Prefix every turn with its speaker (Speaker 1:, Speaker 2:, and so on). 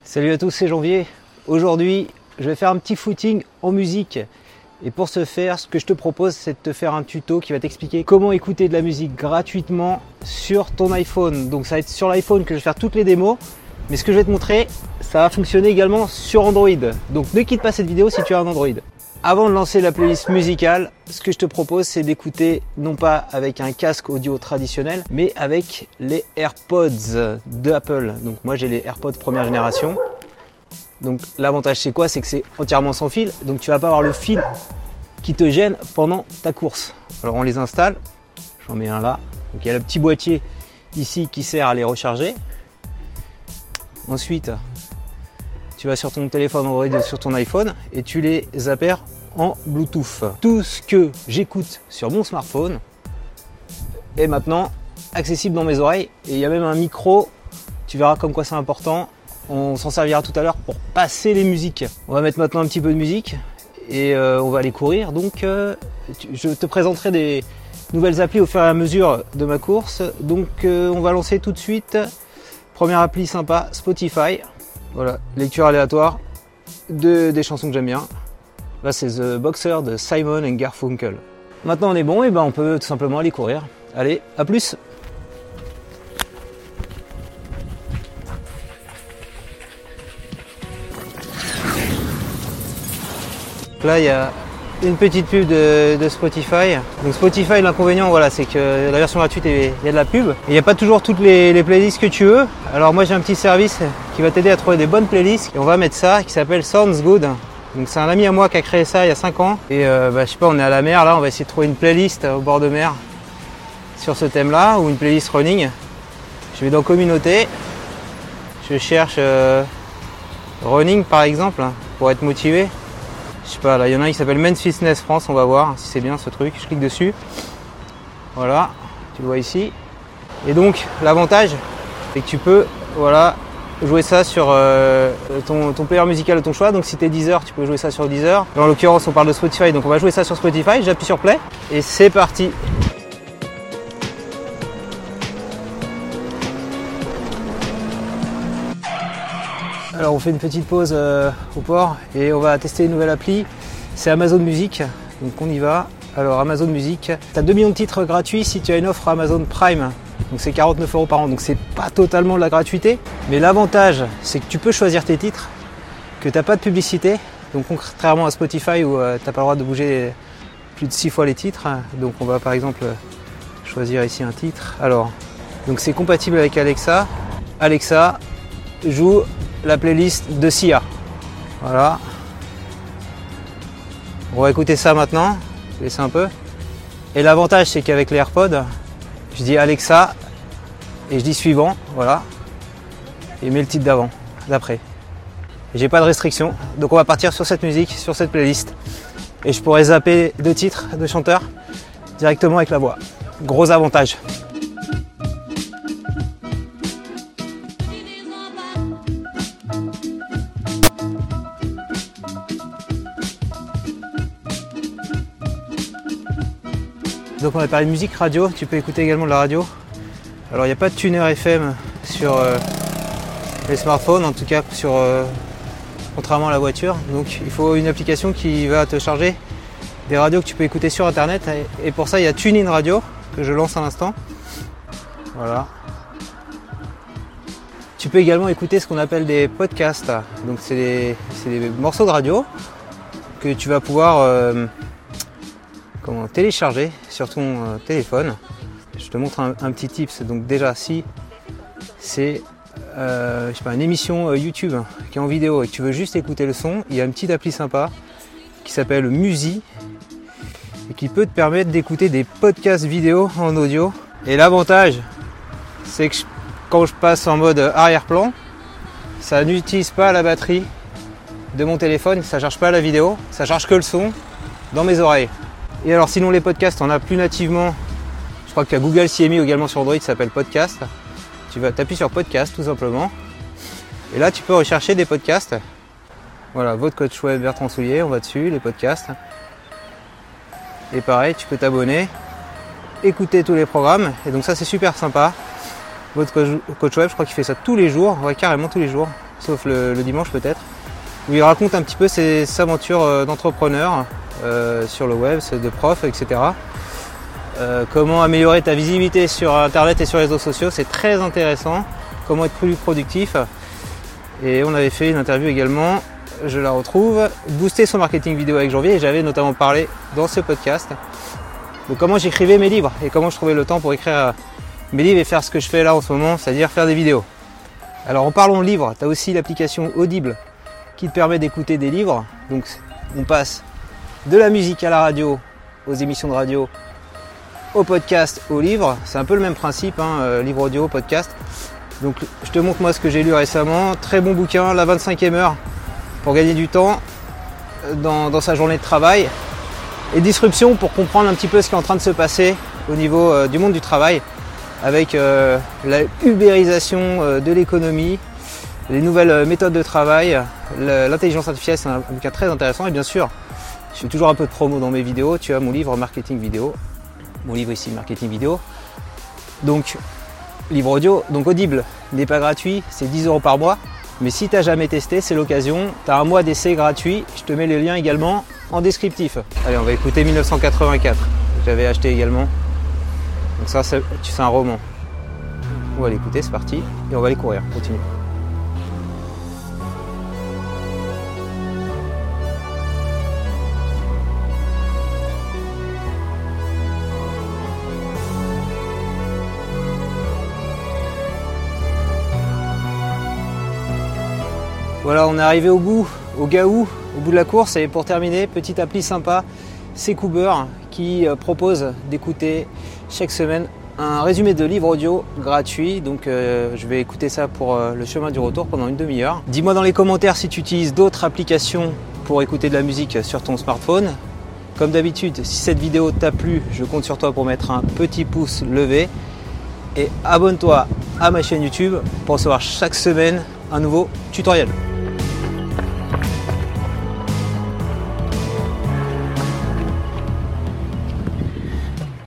Speaker 1: Salut à tous, c'est Janvier. Aujourd'hui, je vais faire un petit footing en musique. Et pour ce faire, ce que je te propose, c'est de te faire un tuto qui va t'expliquer comment écouter de la musique gratuitement sur ton iPhone. Donc ça va être sur l'iPhone que je vais faire toutes les démos. Mais ce que je vais te montrer, ça va fonctionner également sur Android. Donc ne quitte pas cette vidéo si tu as un Android. Avant de lancer la playlist musicale, ce que je te propose, c'est d'écouter non pas avec un casque audio traditionnel, mais avec les AirPods d'Apple. Donc moi j'ai les AirPods première génération. Donc l'avantage c'est quoi? C'est que c'est entièrement sans fil, donc tu vas pas avoir le fil qui te gêne pendant ta course. Alors on les installe, j'en mets un là. Donc il y a le petit boîtier ici qui sert à les recharger. Ensuite, tu vas sur ton téléphone Android, sur ton iPhone et tu les appaires en Bluetooth. Tout ce que j'écoute sur mon smartphone est maintenant accessible dans mes oreilles et il y a même un micro, tu verras comme quoi c'est important. On s'en servira tout à l'heure pour passer les musiques. On va mettre maintenant un petit peu de musique et on va aller courir. Donc je te présenterai des nouvelles applis au fur et à mesure de ma course. Donc on va lancer tout de suite. Première appli sympa, Spotify. Voilà, lecture aléatoire des chansons que j'aime bien. Là c'est The Boxer de Simon & Garfunkel. Maintenant on est bon et ben on peut tout simplement aller courir. Allez, à plus. Là il y a une petite pub de Spotify. Donc Spotify, l'inconvénient voilà, c'est que la version gratuite il y a de la pub. Il n'y a pas toujours toutes les playlists que tu veux. Alors moi j'ai un petit service qui va t'aider à trouver des bonnes playlists. Et on va mettre ça qui s'appelle Sounds Good. Donc c'est un ami à moi qui a créé ça il y a 5 ans. Et je sais pas, on est à la mer là, on va essayer de trouver une playlist au bord de mer sur ce thème là, ou une playlist running. Je vais dans communauté. Je cherche running par exemple, pour être motivé. Je sais pas, là il y en a un qui s'appelle Men's Fitness France, on va voir si c'est bien ce truc. Je clique dessus. Voilà, tu le vois ici. Et donc l'avantage, c'est que tu peux jouer ça sur ton player musical de ton choix. Donc si t'es Deezer, tu peux jouer ça sur Deezer. En l'occurrence, on parle de Spotify, donc on va jouer ça sur Spotify. J'appuie sur Play et c'est parti. Alors on fait une petite pause au port et on va tester une nouvelle appli, c'est Amazon Music, donc on y va. Alors Amazon Music, tu as 2 millions de titres gratuits si tu as une offre Amazon Prime, donc c'est 49 € par an, donc c'est pas totalement de la gratuité, mais l'avantage c'est que tu peux choisir tes titres, que tu n'as pas de publicité, donc contrairement à Spotify où tu n'as pas le droit de bouger plus de 6 fois les titres, donc on va par exemple choisir ici un titre. Alors, donc c'est compatible avec Alexa. Alexa, joue la playlist de Sia. Voilà. On va écouter ça maintenant. Je vais laisser un peu. Et l'avantage c'est qu'avec les AirPods, je dis Alexa et je dis suivant. Voilà. Et met le titre d'avant, d'après. J'ai pas de restriction. Donc on va partir sur cette musique, sur cette playlist. Et je pourrais zapper 2 titres de chanteurs directement avec la voix. Gros avantage. Donc on a parlé de musique radio, tu peux écouter également de la radio. Alors il n'y a pas de tuner FM sur les smartphones, en tout cas contrairement à la voiture. Donc il faut une application qui va te charger des radios que tu peux écouter sur internet. Et pour ça il y a TuneIn Radio que je lance à l'instant. Voilà. Tu peux également écouter ce qu'on appelle des podcasts. Donc c'est des morceaux de radio que tu vas pouvoir télécharger sur ton téléphone. Je te montre un petit tips. Donc déjà si c'est une émission YouTube qui est en vidéo et que tu veux juste écouter le son, il y a une petite appli sympa qui s'appelle Musi et qui peut te permettre d'écouter des podcasts vidéo en audio. Et l'avantage c'est que quand je passe en mode arrière-plan, ça n'utilise pas la batterie de mon téléphone, ça charge pas la vidéo, ça charge que le son dans mes oreilles. Et alors sinon les podcasts, on a plus nativement, je crois que tu as Google CMI également sur Android, ça s'appelle Podcast. Tu vas t'appuyer sur Podcast tout simplement. Et là tu peux rechercher des podcasts. Voilà, votre coach web Bertrand Soulier, on va dessus, les podcasts. Et pareil, tu peux t'abonner, écouter tous les programmes. Et donc ça c'est super sympa. Votre coach web, je crois qu'il fait ça tous les jours, ouais, carrément tous les jours. sauf le dimanche peut-être, où il raconte un petit peu ses aventures d'entrepreneur sur le web, de prof, etc. Comment améliorer ta visibilité sur internet et sur les réseaux sociaux, c'est très intéressant. Comment être plus productif. Et on avait fait une interview également, je la retrouve, booster son marketing vidéo avec Janvier, et j'avais notamment parlé dans ce podcast de comment j'écrivais mes livres et comment je trouvais le temps pour écrire mes livres et faire ce que je fais là en ce moment, c'est-à-dire faire des vidéos. Alors en parlant de livres, tu as aussi l'application Audible qui te permet d'écouter des livres. Donc on passe de la musique à la radio, aux émissions de radio, au podcast, au livre. C'est un peu le même principe, livre audio, podcast. Donc je te montre moi ce que j'ai lu récemment. Très bon bouquin, La 25e heure pour gagner du temps dans sa journée de travail. Et Disruption pour comprendre un petit peu ce qui est en train de se passer au niveau du monde du travail avec la ubérisation de l'économie, les nouvelles méthodes de travail, l'intelligence artificielle, c'est un bouquin très intéressant. Et bien sûr, je fais toujours un peu de promo dans mes vidéos. Tu as mon livre Marketing Vidéo, mon livre ici Marketing Vidéo. Donc livre audio, donc Audible n'est pas gratuit, c'est 10 € par mois. Mais si tu n'as jamais testé, c'est l'occasion. Tu as un mois d'essai gratuit. Je te mets le lien également en descriptif. Allez, on va écouter 1984. J'avais acheté également. Donc ça, c'est un roman. On va l'écouter, c'est parti. Et on va aller courir. Continue. Voilà, on est arrivé au bout de la course. Et pour terminer, petite appli sympa, c'est Cooper qui propose d'écouter chaque semaine un résumé de livre audio gratuit. Donc je vais écouter ça pour le chemin du retour pendant une demi-heure. Dis-moi dans les commentaires si tu utilises d'autres applications pour écouter de la musique sur ton smartphone. Comme d'habitude, si cette vidéo t'a plu, je compte sur toi pour mettre un petit pouce levé. Et abonne-toi à ma chaîne YouTube pour recevoir chaque semaine un nouveau tutoriel.